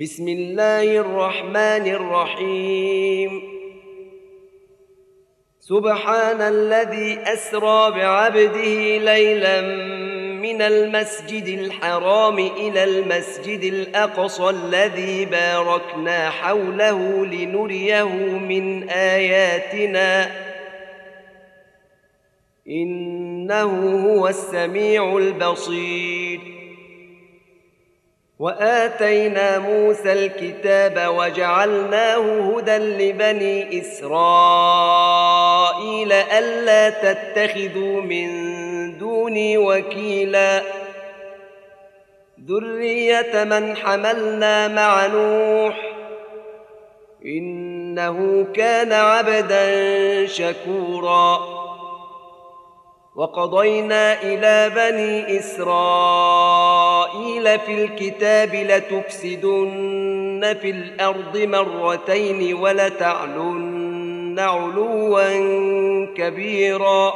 بسم الله الرحمن الرحيم. سبحان الذي أسرى بعبده ليلا من المسجد الحرام إلى المسجد الأقصى الذي باركنا حوله لنريه من آياتنا إنه هو السميع البصير. وآتينا موسى الكتاب وجعلناه هدى لبني إسرائيل ألا تتخذوا من دوني وكيلا ذرية من حملنا مع نوح إنه كان عبدا شكورا. وقضينا إلى بني إسرائيل في الكتاب لتفسدن في الأرض مرتين ولتعلن علوا كبيرا.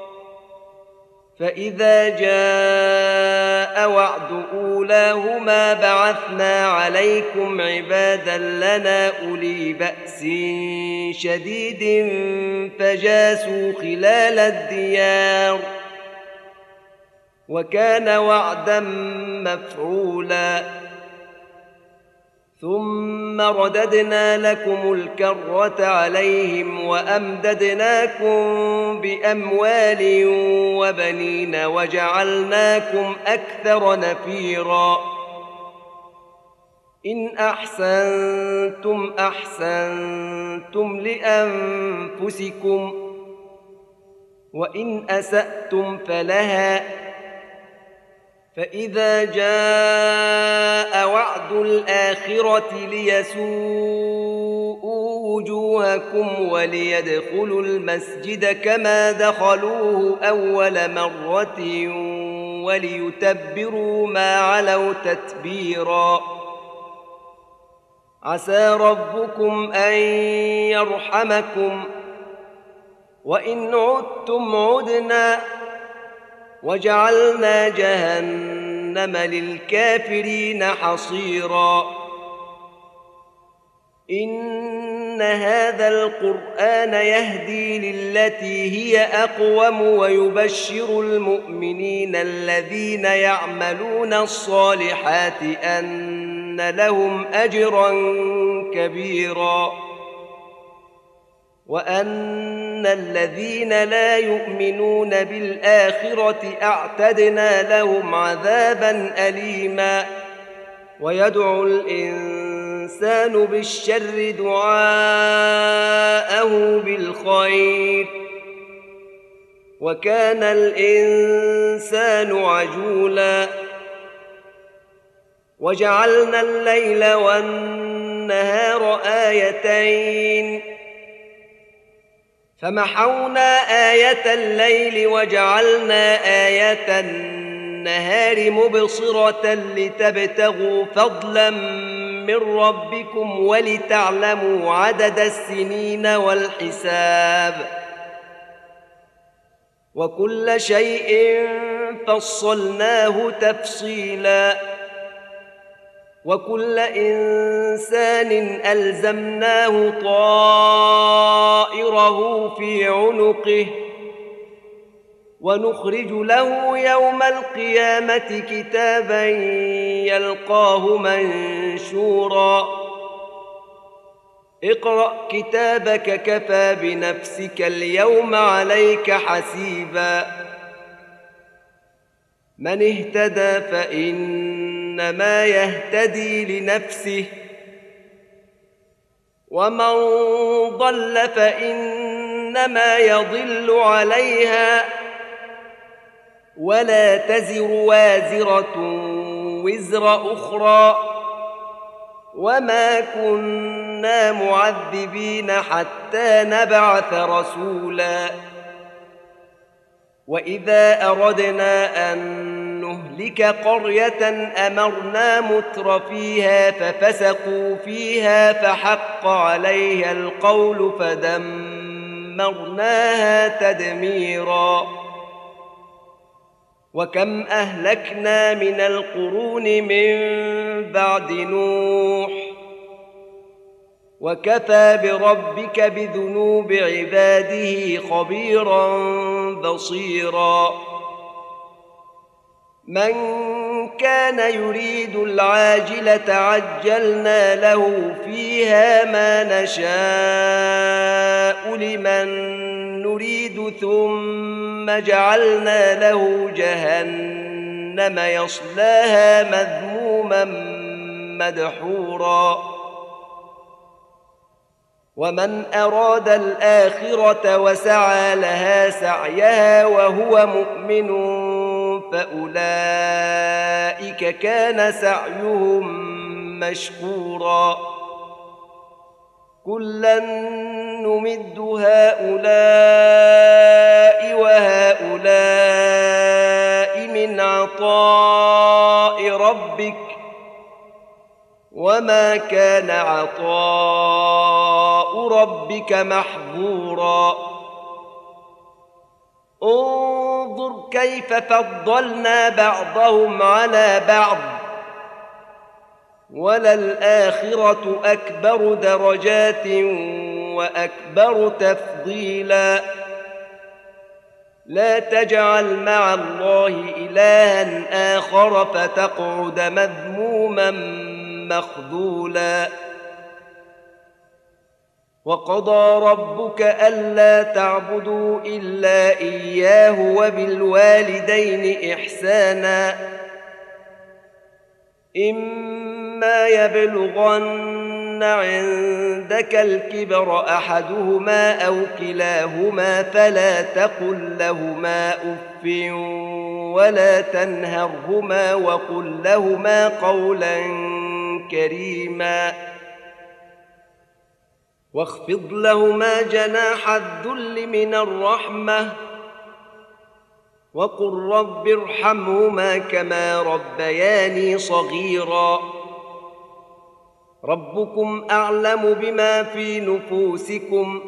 فإذا جاء وعد أولاهما بعثنا عليكم عبادا لنا أولي بأس شديد فجاسوا خلال الديار وكان وعدا مفعولا. ثم رددنا لكم الكرة عليهم وأمددناكم بأموال وبنين وجعلناكم أكثر نفيرا. إن أحسنتم أحسنتم لأنفسكم وإن أسأتم فلها. فإذا جاء وعد الآخرة ليسوءوا وجوهكم وليدخلوا المسجد كما دخلوه أول مرة وليتبروا ما علوا تتبيرا. عسى ربكم أن يرحمكم وإن عدتم عدنا وجعلنا جهنم للكافرين حصيرا. إن هذا القرآن يهدي للتي هي أقوم ويبشر المؤمنين الذين يعملون الصالحات أن لهم أجرا كبيرا وأن الذين لا يؤمنون بالآخرة أعتدنا لهم عذابا أليما. ويدعو الإنسان بالشر دعاءه بالخير وكان الإنسان عجولا. وجعلنا الليل والنهار آيتين فمحونا آية الليل وجعلنا آية النهار مبصرة لتبتغوا فضلا من ربكم ولتعلموا عدد السنين والحساب وكل شيء فصلناه تفصيلا. وكل إنسان ألزمناه طائره في عنقه ونخرج له يوم القيامة كتابا يلقاه منشورا. اقرأ كتابك كفى بنفسك اليوم عليك حسيبا. من اهتدى فإنما يهتدي لنفسه ومن ضل فإنما يضل عليها ولا تزر وازرة وزر أخرى وما كنا معذبين حتى نبعث رسولا. وإذا أردنا أن نهلك قرية أمرنا متر فيها ففسقوا فيها فحق عليها القول فدمرناها تدميرا. وكم أهلكنا من القرون من بعد نوح وكفى بربك بذنوب عباده خبيرا بصيرا من كان يريد العاجلة عجلنا له فيها ما نشاء لمن نريد ثم جعلنا له جهنم يصلاها مذموما مدحورا ومن أراد الآخرة وسعى لها سعيها وهو مؤمن فأولئك كان سعيهم مشكورا كلا نمد هؤلاء وهؤلاء من عطاء ربك وما كان عطاء ربك محظورا انظر كيف فضلنا بعضهم على بعض وللآخرة أكبر درجات وأكبر تفضيلا لا تجعل مع الله إلها آخر فتقعد مذموما مخذولا وقضى ربك ألا تعبدوا إلا إياه وبالوالدين إحسانا إما يبلغن عندك الكبر أحدهما أو كلاهما فلا تقل لهما أف ولا تنهرهما وقل لهما قولا كريما واخفض لهما جناح الذل من الرحمة وقل رب ارحمهما كما ربياني صغيرا ربكم أعلم بما في نفوسكم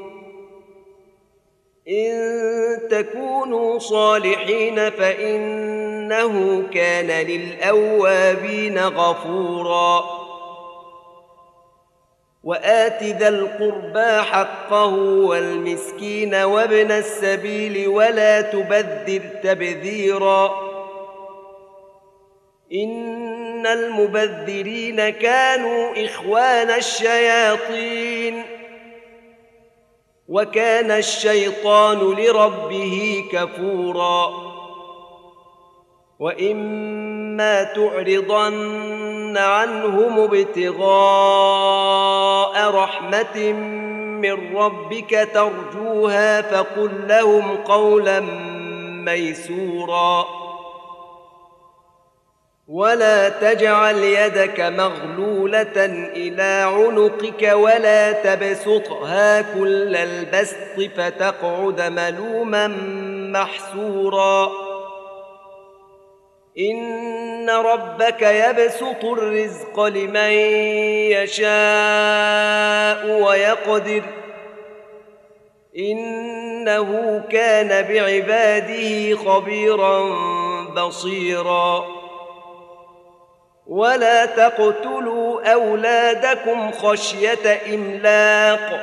إن تكونوا صالحين فإنه كان للأوابين غفورا وآت ذا القربى حقه والمسكين وابن السبيل ولا تبذر تبذيرا إن المبذرين كانوا إخوان الشياطين وكان الشيطان لربه كفورا وإما تعرضن عنهم ابتغاء رحمة من ربك ترجوها فقل لهم قولا ميسورا ولا تجعل يدك مغلولة إلى عنقك ولا تبسطها كل البسط فتقعد ملوما محسورا إن ربك يبسط الرزق لمن يشاء ويقدر إنه كان بعباده خبيرا بصيرا ولا تقتلوا أولادكم خشية إملاق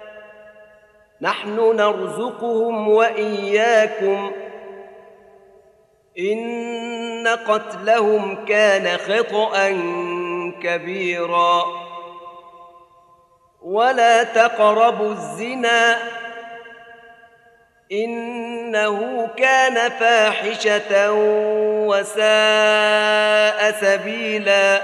نحن نرزقهم وإياكم إن قتلهم كان خطأ كبيرا ولا تقربوا الزنا إنه كان فاحشة وساء سبيلا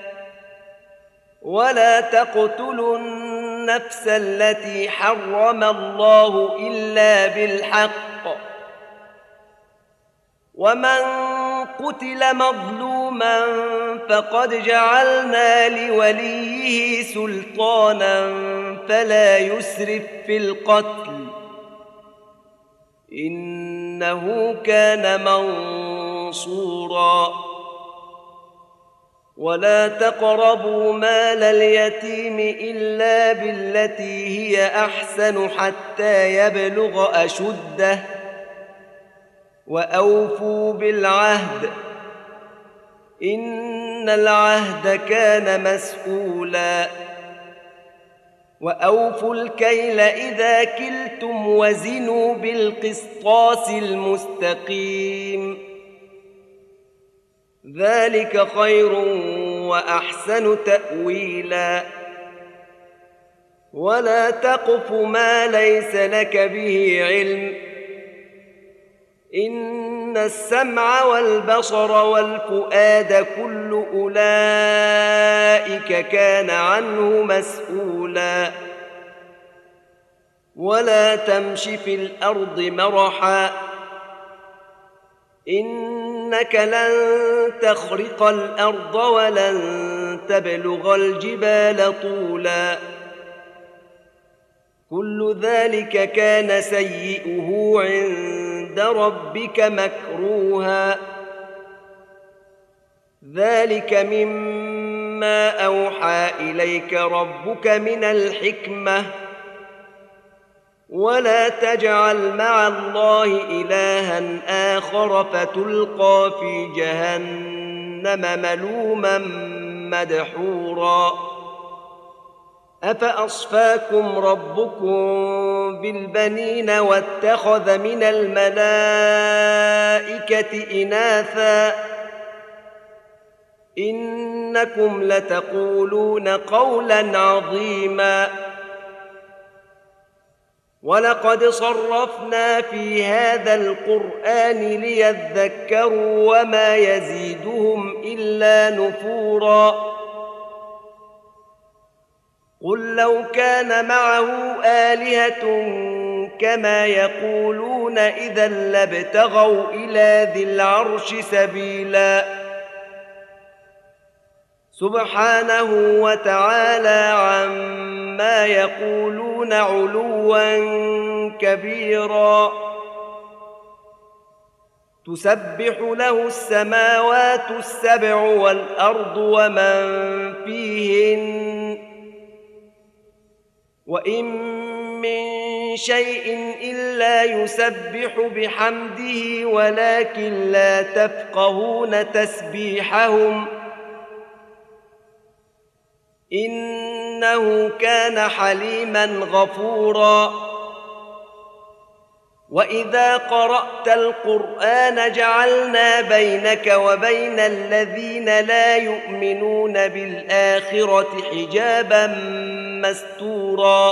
ولا تقتلوا النفس التي حرم الله إلا بالحق ومن قتل مظلوما فقد جعلنا لوليه سلطانا فلا يسرف في القتل إنه كان منصورا ولا تقربوا مال اليتيم إلا بالتي هي أحسن حتى يبلغ أشده وأوفوا بالعهد إن العهد كان مسؤولا وأوفوا الكيل إذا كلتم وزنوا بالقسطاس المستقيم ذلك خير وأحسن تأويلا ولا تقف ما ليس لك به علم إن السمع والبصر والفؤاد كل أولئك كان عنه مسؤولا ولا تمش في الأرض مرحا إنك لن تخرق الأرض ولن تبلغ الجبال طولا كل ذلك كان سيئه عند ربك مكروها ذلك مما أوحى إليك ربك من الحكمة ولا تجعل مع الله إلها آخر فتلقى في جهنم ملوما مدحورا أفأصفاكم ربكم بالبنين واتخذ من الملائكة إناثا إنكم لتقولون قولا عظيما ولقد صرفنا في هذا القرآن ليذكروا وما يزيدهم إلا نفورا قل لو كان معه آلهة كما يقولون إذا لابتغوا إلى ذي العرش سبيلا سبحانه وتعالى عما يقولون علوا كبيرا تسبح له السماوات السبع والأرض ومن فيهن وإن من شيء إلا يسبح بحمده ولكن لا تفقهون تسبيحهم إنه كان حليما غفورا وإذا قرأت القرآن جعلنا بينك وبين الذين لا يؤمنون بالآخرة حجابا مستورا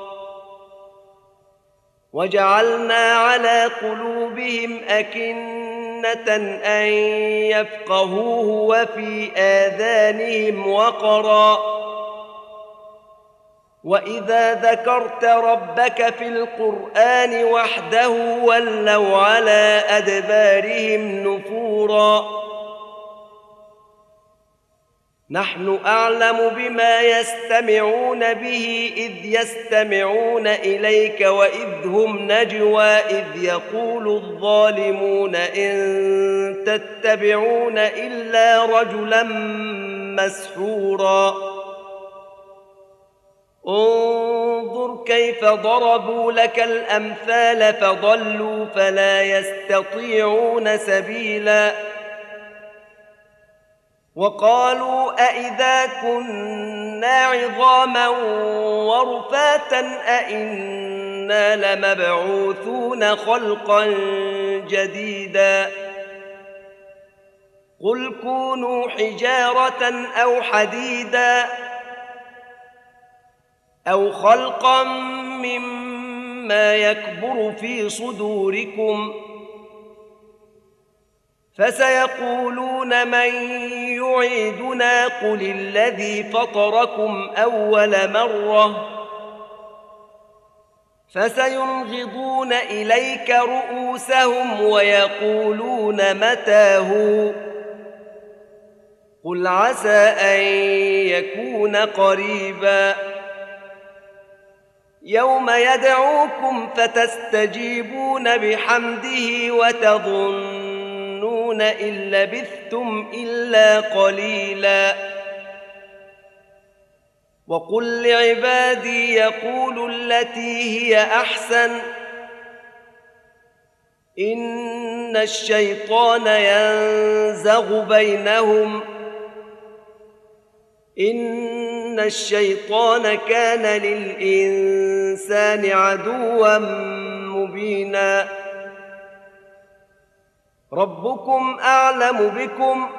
وجعلنا على قلوبهم أكنة أن يفقهوه وفي آذانهم وقرا وإذا ذكرت ربك في القرآن وحده ولوا على أدبارهم نفورا نحن أعلم بما يستمعون به إذ يستمعون إليك وإذ هم نجوى إذ يقول الظالمون إن تتبعون إلا رجلا مسحورا انظر كيف ضربوا لك الأمثال فضلوا فلا يستطيعون سبيلا وقالوا أئذا كنا عظاما ورفاتا أئنا لمبعوثون خلقا جديدا قل كونوا حجارة أو حديدا أو خلقا مما يكبر في صدوركم فسيقولون من يعيدنا قل الذي فطركم أول مرة فسينغضون إليك رؤوسهم ويقولون متى هو قل عسى أن يكون قريبا يوم يدعوكم فتستجيبون بحمده وتظنون إن لبثتم إلا قليلا وقل لعبادي يقولوا التي هي أحسن إن الشيطان ينزغ بينهم إن الشيطان كان للإنسان عدوا مبينا ربكم أعلم بكم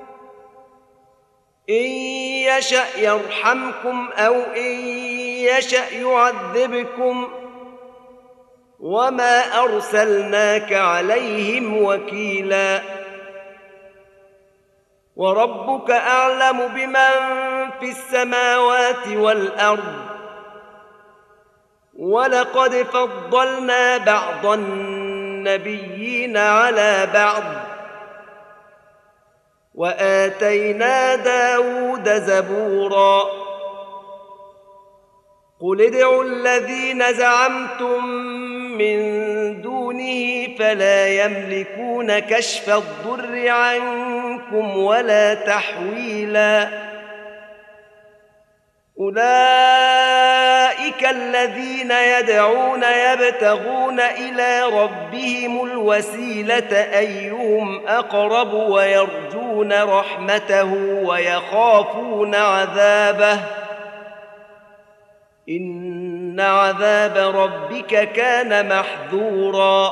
إن يشأ يرحمكم أو إن يشأ يعذبكم وما أرسلناك عليهم وكيلا وربك أعلم بمن في السماوات والأرض ولقد فضلنا بعض النبيين على بعض وآتينا داود زبورا قل ادعوا الذين زعمتم من دونه فلا يملكون كشف الضر عنكم ولا تحويلا أولئك الذين يدعون يبتغون إلى ربهم الوسيلة أيهم أقرب ويرجون رحمته ويخافون عذابه إن عذاب ربك كان محذورا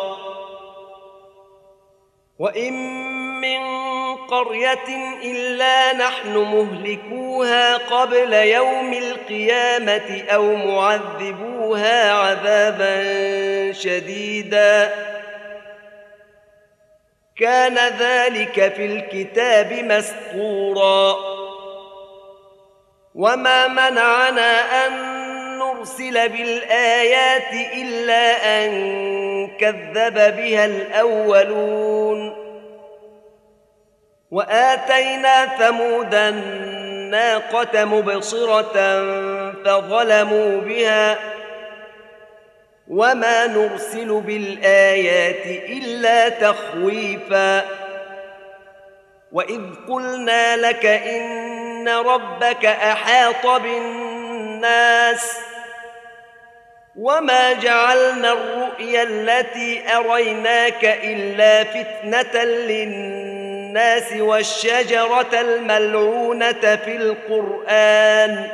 وإن من قرية إلا نحن مهلكوها قبل يوم القيامة أو معذبوها عذابا شديدا كان ذلك في الكتاب مسطورا وما منعنا أن نرسل بالآيات إلا أن كذب بها الأولون وآتينا ثمود الناقة مبصرة فظلموا بها وما نرسل بالآيات إلا تخويفا وإذ قلنا لك إن ربك أحاط بالناس وما جعلنا الرؤيا التي أريناك إلا فتنة للناس والشجرة الملعونة في القرآن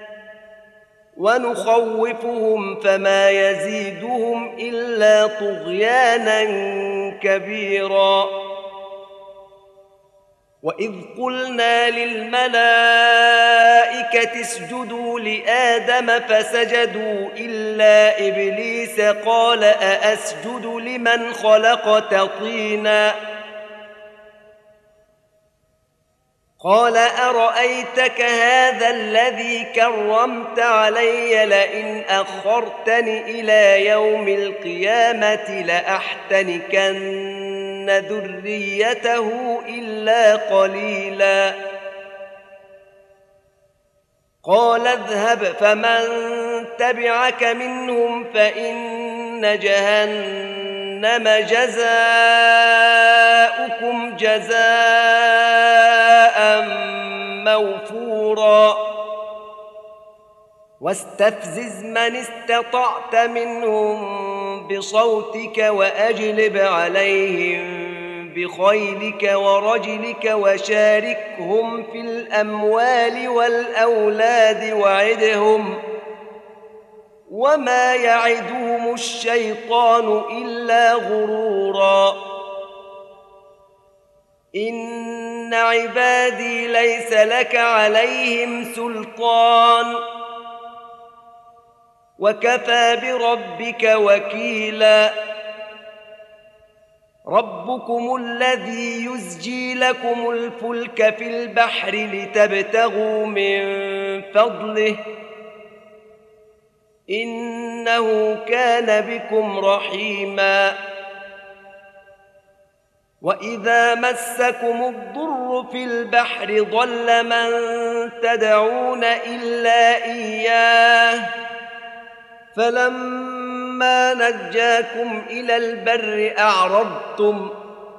ونخوفهم فما يزيدهم إلا طغيانا كبيرا وإذ قلنا للملائكة اسجدوا لآدم فسجدوا إلا إبليس قال أأسجد لمن خلقت طينا قال أرأيتك هذا الذي كرمت علي لئن أخرتني إلى يوم القيامة لأحتنكن ذريته إلا قليلا قال اذهب فمن تبعك منهم فإن جهنم جزاؤكم جزاء موفورا واستفزز من استطعت منهم بصوتك وأجلب عليهم بخيلك ورجلك وشاركهم في الأموال والأولاد وعدهم وما يعدهم الشيطان إلا غرورا إن عبادي ليس لك عليهم سلطان وكفى بربك وكيلا ربكم الذي يزجي لكم الفلك في البحر لتبتغوا من فضله إنه كان بكم رحيما وإذا مسكم الضر في البحر ضل من تدعون إلا إياه فلما نجاكم إلى البر أعرضتم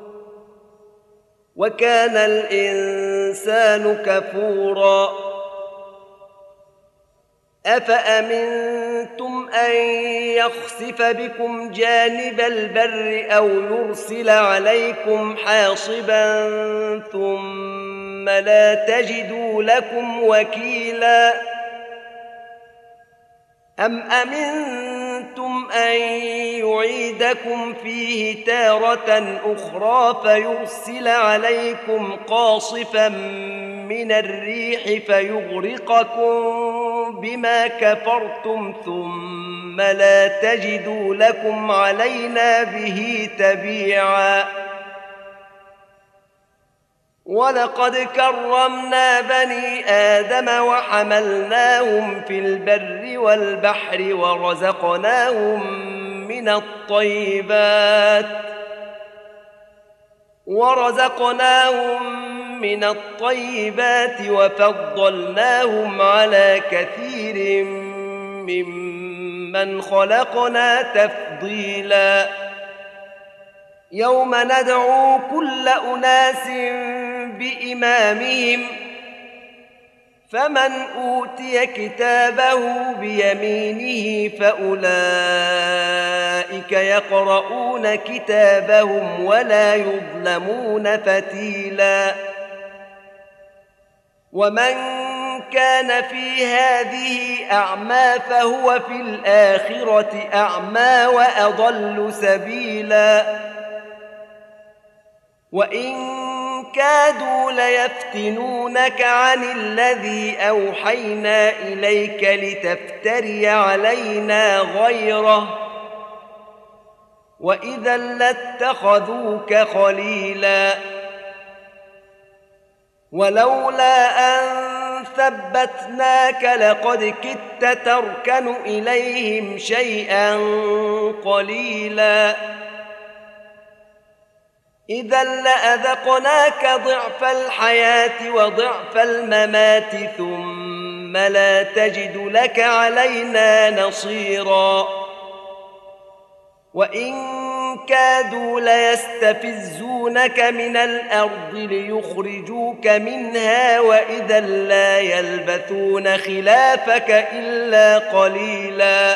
وكان الإنسان كفورا أفأمنتم أن يخسف بكم جانب البر أو يرسل عليكم حاصبا ثم لا تجدوا لكم وكيلا أم أمنتم أن يعيدكم فيه تارة أخرى فيرسل عليكم قاصفا من الريح فيغرقكم بما كفرتم ثم لا تجدوا لكم علينا به تبيعا ولقد كرمنا بني آدم وحملناهم في البر والبحر ورزقناهم من الطيبات وفضلناهم على كثير ممن خلقنا تفضيلا يوم ندعو كل أناس بإمامهم فمن أوتي كتابه بيمينه فأولئك يقرؤون كتابهم ولا يظلمون فتيلا ومن كان في هذه أعمى فهو في الآخرة أعمى وأضل سبيلا وإن كادوا ليفتنونك عن الذي أوحينا إليك لتفتري علينا غيره وإذا لاتخذوك خليلا ولولا أن ثبتناك لقد كدت تركن إليهم شيئا قليلا إذا لأذقناك ضعف الحياة وضعف الممات ثم لا تجد لك علينا نصيرا وإن كادوا ليستفزونك من الأرض ليخرجوك منها وإذا لا يلبثون خلافك إلا قليلا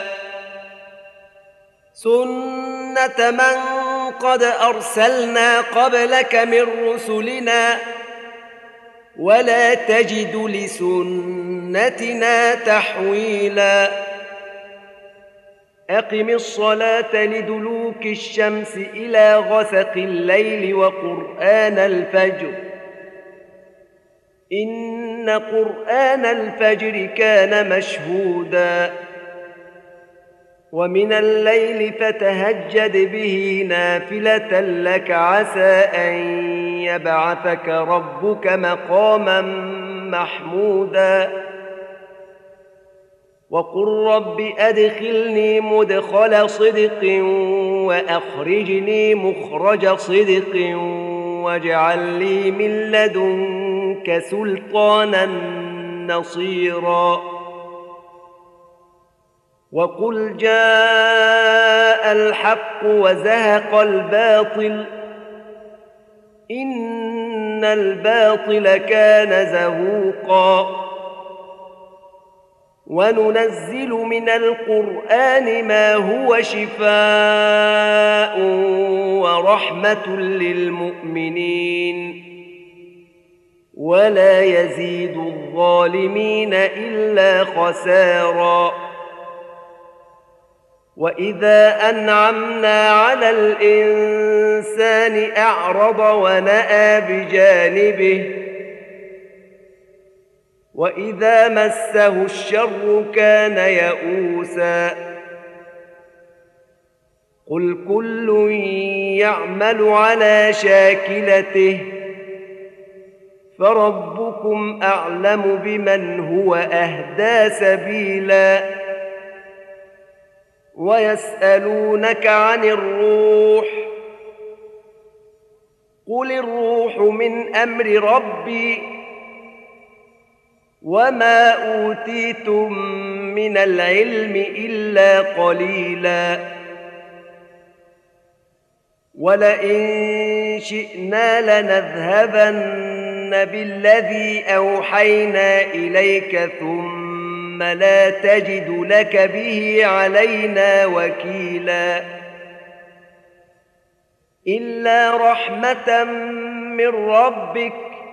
سنة من قد أرسلنا قبلك من رسلنا ولا تجد لسنتنا تحويلا أقم الصلاة لدلوك الشمس إلى غسق الليل وقرآن الفجر إن قرآن الفجر كان مشهودا ومن الليل فتهجد به نافلة لك عسى أن يبعثك ربك مقاما محمودا وقل رب أدخلني مدخل صدق وأخرجني مخرج صدق واجعل لي من لدنك سلطانا نصيرا وقل جاء الحق وزهق الباطل إن الباطل كان زهوقا وننزل من القرآن ما هو شفاء ورحمة للمؤمنين ولا يزيد الظالمين إلا خسارا وإذا أنعمنا على الإنسان أعرض ونأى بجانبه وإذا مسه الشر كان يئوسا قل كل يعمل على شاكلته فربكم أعلم بمن هو أهدى سبيلا ويسألونك عن الروح قل الروح من أمر ربي وما أوتيتم من العلم إلا قليلا ولئن شئنا لنذهبن بالذي أوحينا إليك ثم ثم لا تجد لك به علينا وكيلا إلا رحمة من ربك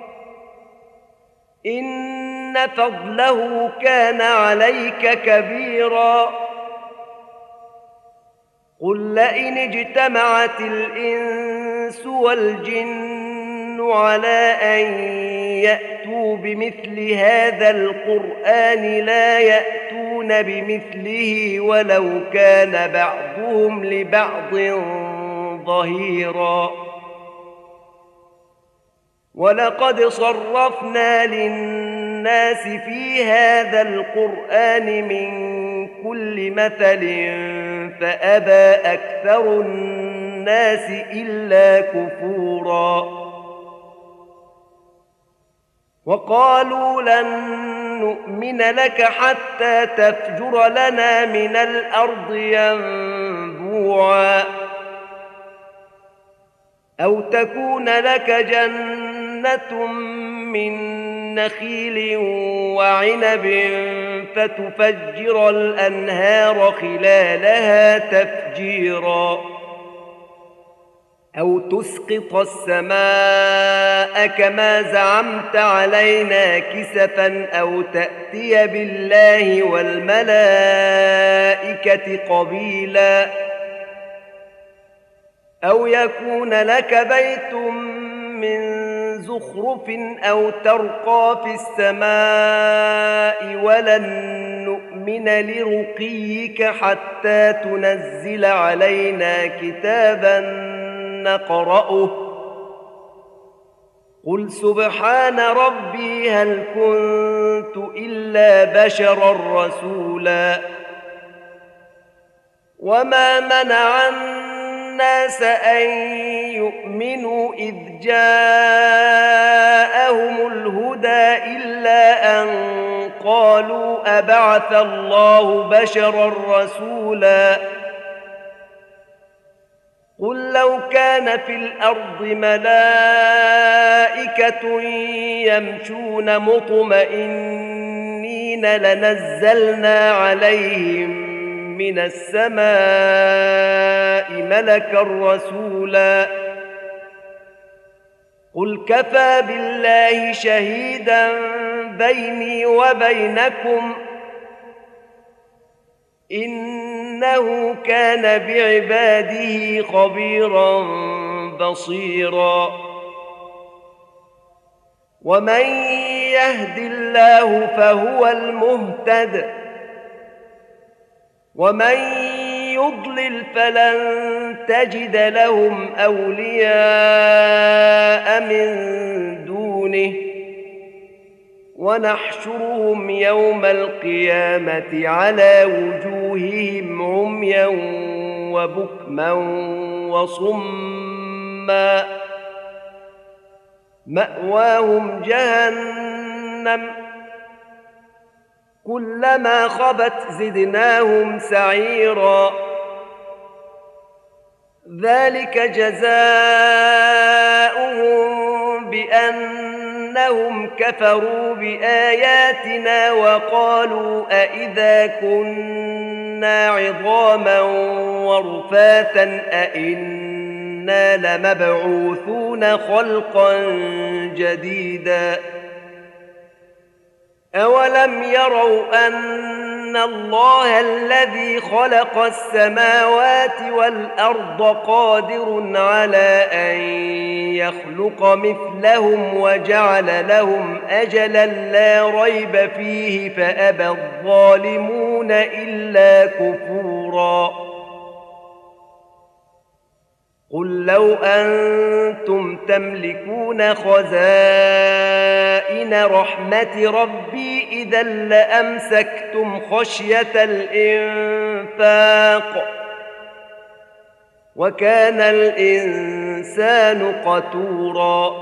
إن فضله كان عليك كبيرا قل لئن اجتمعت الإنس والجن على أن يأتوا بمثل هذا القرآن لا يأتون بمثله ولو كان بعضهم لبعض ظهيرا ولقد صرفنا للناس في هذا القرآن من كل مثل فأبى أكثر الناس إلا كفورا وقالوا لن نؤمن لك حتى تفجر لنا من الأرض ينبوعا أو تكون لك جنة من نخيل وعنب فتفجر الأنهار خلالها تفجيرا أو تسقط السماء كما زعمت علينا كسفا أو تأتي بالله والملائكة قبيلا أو يكون لك بيت من زخرف أو ترقى في السماء ولن نؤمن لرقيك حتى تنزل علينا كتابا نقرأه قل سبحان ربي هل كنت إلا بشرا رسولا وما منع الناس أن يؤمنوا إذ جاءهم الهدى إلا أن قالوا أبعث الله بشرا رسولا قل لو كان في الأرض ملائكة يمشون مطمئنين لنزلنا عليهم من السماء ملكا رسولا قل كفى بالله شهيدا بيني وبينكم إنه كان بعباده خبيرا بصيرا ومن يهد الله فهو المهتد ومن يضلل فلن تجد لهم أولياء من دونه ونحشرهم يوم القيامة على وجوههم عميا وبكما وصما مأواهم جهنم كلما خبت زدناهم سعيرا ذلك جزاؤهم بأنهم كفروا بآياتنا وقالوا أئذا كنا عظاما ورفاتا أئنا لمبعوثون خلقا جديدا أولم يروا أن الله الذي خلق السماوات والأرض قادر على أن يخلق مثلهم وجعل لهم أجلا لا ريب فيه فأبى الظالمون إلا كفورا قل لو أنتم تملكون خزائن رحمة ربي إذا لأمسكتم خشية الإنفاق وكان الإنسان قتورا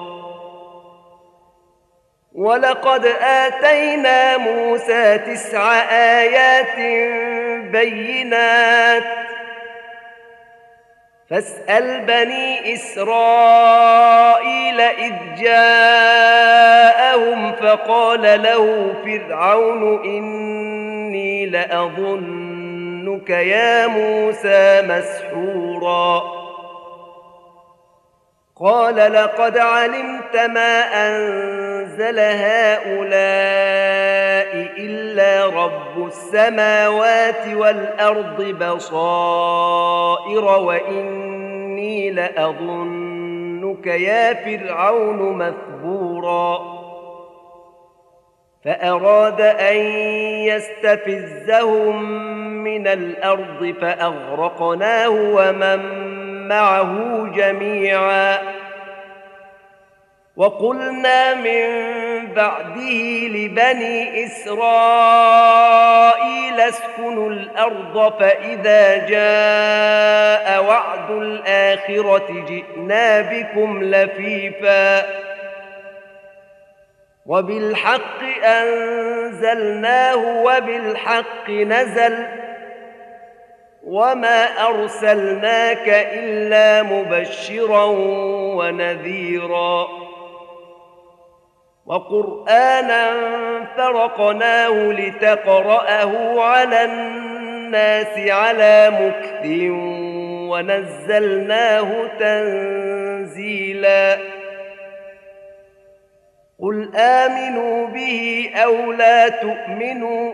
ولقد آتينا موسى 9 آيات بينات فاسأل بني إسرائيل إذ جاءهم فقال له فرعون إني لأظنك يا موسى مسحورا قال لقد علمت ما أنزل هؤلاء إلا رب السماوات والأرض بصائر وإني لأظنك يا فرعون مثبورا فأراد أن يستفزهم من الأرض فأغرقناه ومن معه جميعا وقلنا من بعده لبني إسرائيل اسكنوا الأرض فإذا جاء وعد الآخرة جئنا بكم لفيفا وبالحق أنزلناه وبالحق نزل وما أرسلناك إلا مبشرا ونذيرا وقرآنا فرقناه لتقرأه على الناس على مكث ونزلناه تنزيلا قل آمنوا به أو لا تؤمنوا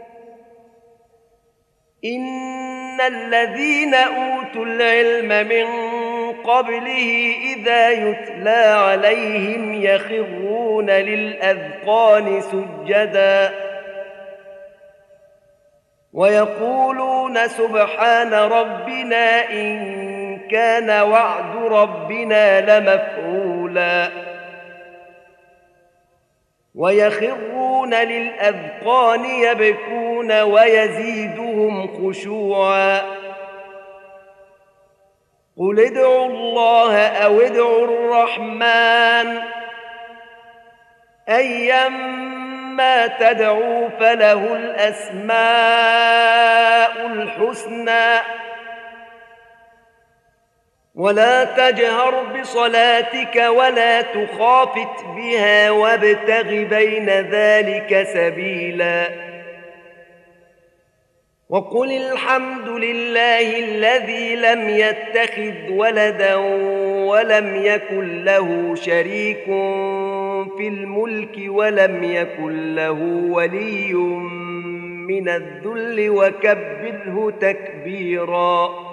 إن الذين أوتوا العلم من قبله إذا يتلى عليهم يخرون للأذقان سجدا ويقولون سبحان ربنا إن كان وعد ربنا لمفعولا ويخرون للأذقان يبكون ويزيدهم خشوعا قل ادعوا الله أو ادعوا الرحمن أيما تدعوا فله الأسماء الحسنى ولا تجهر بصلاتك ولا تخافت بها وابتغ بين ذلك سبيلا وقل الحمد لله الذي لم يتخذ ولدا ولم يكن له شريك في الملك ولم يكن له ولي من الذل وكبره تكبيرا